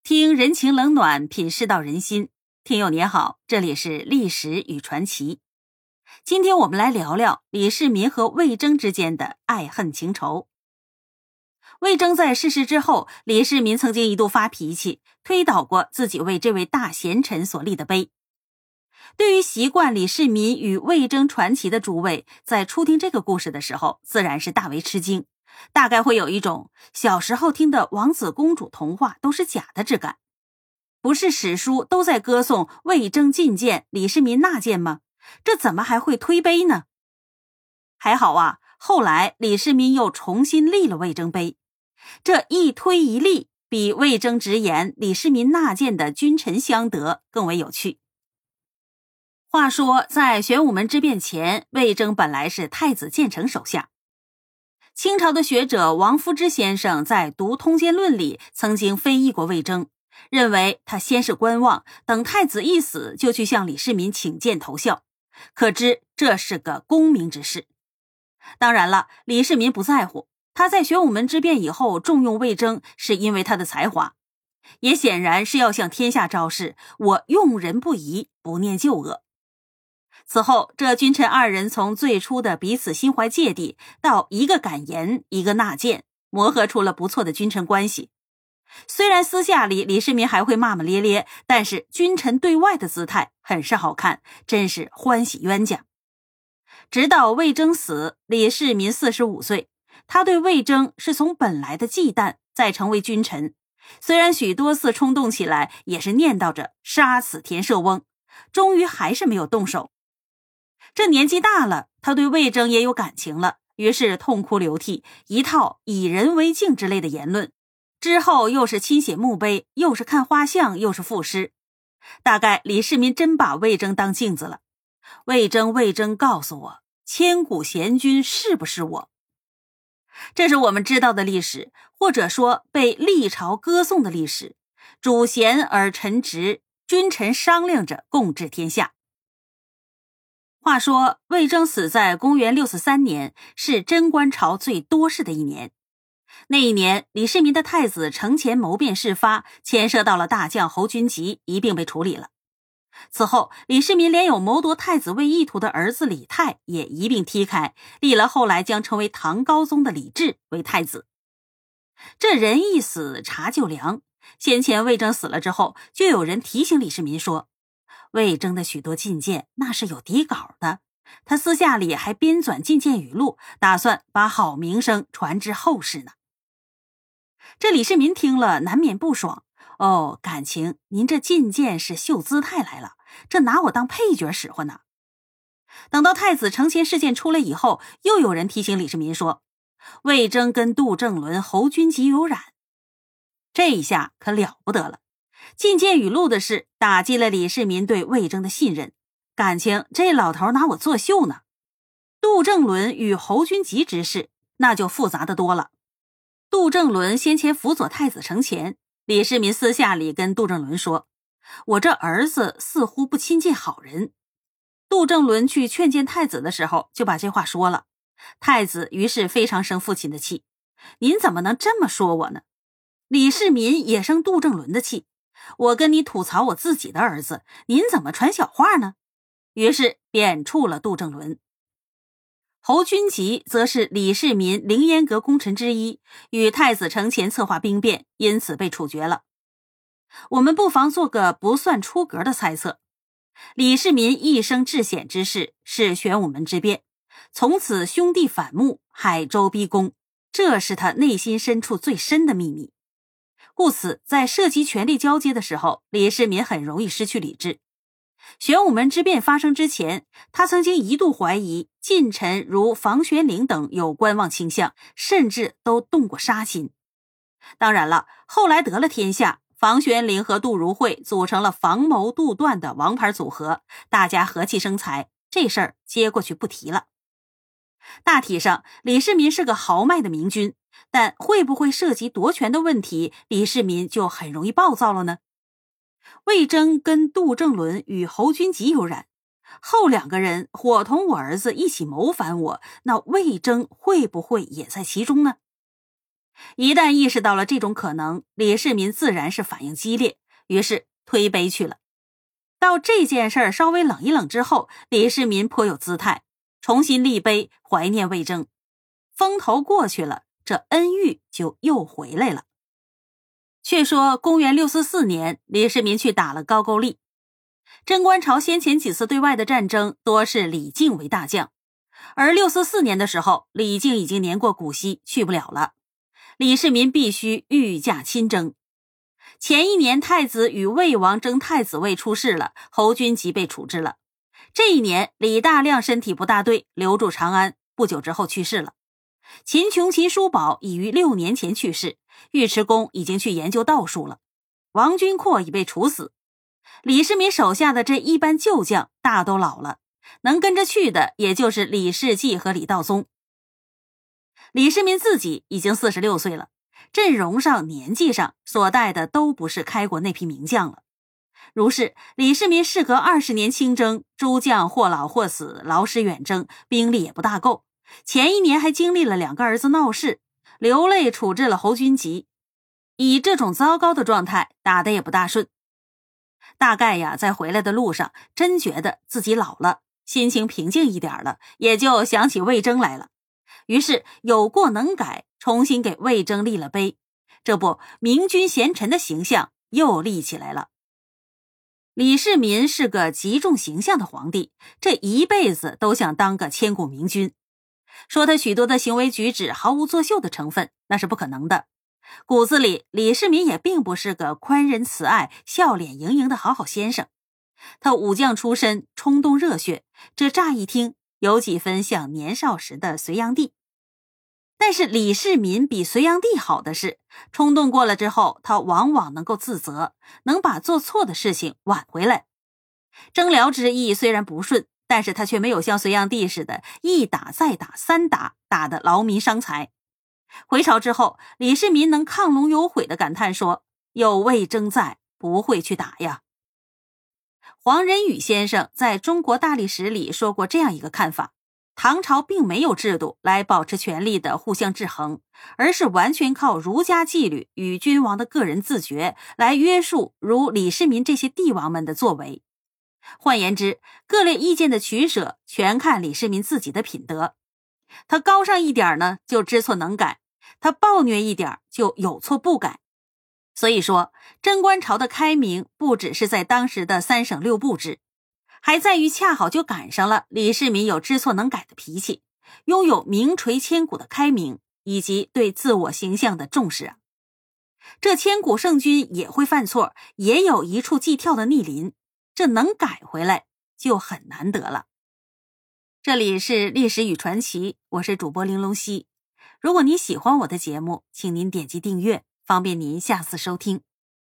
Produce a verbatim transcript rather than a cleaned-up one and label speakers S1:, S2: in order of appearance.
S1: 听人情冷暖，品世道人心。听友您好，这里是历史与传奇。今天我们来聊聊李世民和魏征之间的爱恨情仇。魏征在逝世之后，李世民曾经一度发脾气，推倒过自己为这位大贤臣所立的碑。对于习惯李世民与魏征传奇的诸位，在初听这个故事的时候，自然是大为吃惊，大概会有一种小时候听的王子公主童话都是假的之感。不是史书都在歌颂魏征进谏，李世民纳谏吗？这怎么还会推碑呢？还好啊，后来李世民又重新立了魏征碑，这一推一立，比魏征直言李世民纳谏的君臣相得更为有趣。话说在玄武门之变前，魏征本来是太子建成手下。清朝的学者王夫之先生在《读通鉴论》里曾经非议过魏征，认为他先是观望，等太子一死就去向李世民请荐投效，可知这是个功名之事。当然了，李世民不在乎，他在玄武门之变以后重用魏征，是因为他的才华，也显然是要向天下昭示，我用人不疑，不念旧恶。此后，这君臣二人从最初的彼此心怀芥蒂，到一个敢言，一个纳谏，磨合出了不错的君臣关系。虽然私下里李世民还会骂骂咧咧，但是君臣对外的姿态很是好看，真是欢喜冤家。直到魏征死，李世民四十五岁，他对魏征是从本来的忌惮再成为君臣，虽然许多次冲动起来也是念叨着杀死田舍翁，终于还是没有动手。这年纪大了，他对魏征也有感情了，于是痛哭流涕，一套以人为镜之类的言论。之后又是亲写墓碑，又是看画像，又是赋诗。大概李世民真把魏征当镜子了。魏征，魏征告诉我，千古贤君是不是我？这是我们知道的历史，或者说被历朝歌颂的历史。主贤而臣直，君臣商量着共治天下。话说魏征死在公元六四三年，是贞观朝最多事的一年。那一年，李世民的太子承乾谋变事发，牵涉到了大将侯君集，一并被处理了。此后，李世民连有谋夺太子位意图的儿子李泰也一并踢开，立了后来将成为唐高宗的李治为太子。这人一死，茶就凉。先前魏征死了之后，就有人提醒李世民说，魏征的许多进谏那是有底稿的，他私下里还编纂进谏语录，打算把好名声传至后世呢。这李世民听了难免不爽，哦，感情您这进谏是秀姿态来了，这拿我当配角使唤呢。等到太子承乾事件出来以后，又有人提醒李世民说，魏征跟杜正伦、侯君集有染。这一下可了不得了，进谏语录的事打击了李世民对魏征的信任，感情这老头拿我作秀呢。杜正伦与侯君集之事那就复杂的多了。杜正伦先前辅佐太子承乾，李世民私下里跟杜正伦说，我这儿子似乎不亲近好人。杜正伦去劝谏太子的时候就把这话说了，太子于是非常生父亲的气，您怎么能这么说我呢？李世民也生杜正伦的气，我跟你吐槽我自己的儿子，您怎么传小话呢？于是贬黜了杜正伦。侯君集则是李世民凌烟阁功臣之一，与太子承乾策划兵变，因此被处决了。我们不妨做个不算出格的猜测，李世民一生至显之事是玄武门之变，从此兄弟反目，海州逼宫，这是他内心深处最深的秘密。故此在涉及权力交接的时候，李世民很容易失去理智。玄武门之变发生之前，他曾经一度怀疑近臣如房玄龄等有观望倾向，甚至都动过杀心。当然了，后来得了天下，房玄龄和杜如晦组成了房谋杜段的王牌组合，大家和气生财，这事儿接过去不提了。大体上，李世民是个豪迈的明君，但会不会涉及夺权的问题，李世民就很容易暴躁了呢？魏征跟杜正伦与侯君集有染，后两个人伙同我儿子一起谋反我，那魏征会不会也在其中呢？ 一旦意识到了这种可能，李世民自然是反应激烈，于是推杯去了。到这件事儿稍微冷一冷之后，李世民颇有姿态，重新立碑怀念魏征。风头过去了，这恩遇就又回来了。却说公元六四四年，李世民去打了高句丽。贞观朝先前几次对外的战争多是李靖为大将，而六四四年的时候，李靖已经年过古稀，去不了了。李世民必须御驾亲征。前一年太子与魏王争太子位出事了，侯君集被处置了。这一年李大亮身体不大对，留驻长安，不久之后去世了。秦琼、秦叔宝已于六年前去世，尉迟恭已经去研究道术了，王君阔已被处死。李世民手下的这一班旧将大都老了，能跟着去的也就是李世济和李道宗。李世民自己已经四十六岁了，阵容上年纪上所带的都不是开国那批名将了。如是李世民事隔二十年亲征，诸将或老或死，劳师远征，兵力也不大够。前一年还经历了两个儿子闹事，流泪处置了侯君集。以这种糟糕的状态，打得也不大顺。大概呀，在回来的路上，真觉得自己老了，心情平静一点了，也就想起魏征来了。于是有过能改，重新给魏征立了碑。这不，明君贤臣的形象又立起来了。李世民是个极重形象的皇帝，这一辈子都想当个千古明君。说他许多的行为举止毫无作秀的成分，那是不可能的。骨子里，李世民也并不是个宽仁慈爱、笑脸盈盈的好好先生。他武将出身，冲动热血，这乍一听有几分像年少时的隋炀帝。但是李世民比隋炀帝好的是，冲动过了之后，他往往能够自责，能把做错的事情挽回来。征辽之役虽然不顺，但是他却没有像隋炀帝似的一打再打三打，打得劳民伤财。回朝之后，李世民能亢龙有悔地感叹说，有魏征在，不会去打呀。黄仁宇先生在中国大历史里说过这样一个看法，唐朝并没有制度来保持权力的互相制衡，而是完全靠儒家纪律与君王的个人自觉来约束如李世民这些帝王们的作为。换言之，各类意见的取舍全看李世民自己的品德。他高尚一点呢，就知错能改；他暴虐一点，就有错不改。所以说，贞观朝的开明不只是在当时的三省六部制，还在于恰好就赶上了李世民有知错能改的脾气，拥有名垂千古的开明，以及对自我形象的重视啊。这千古圣君也会犯错，也有一触即跳的逆鳞，这能改回来就很难得了。这里是历史与传奇，我是主播玲珑溪。如果你喜欢我的节目，请您点击订阅，方便您下次收听。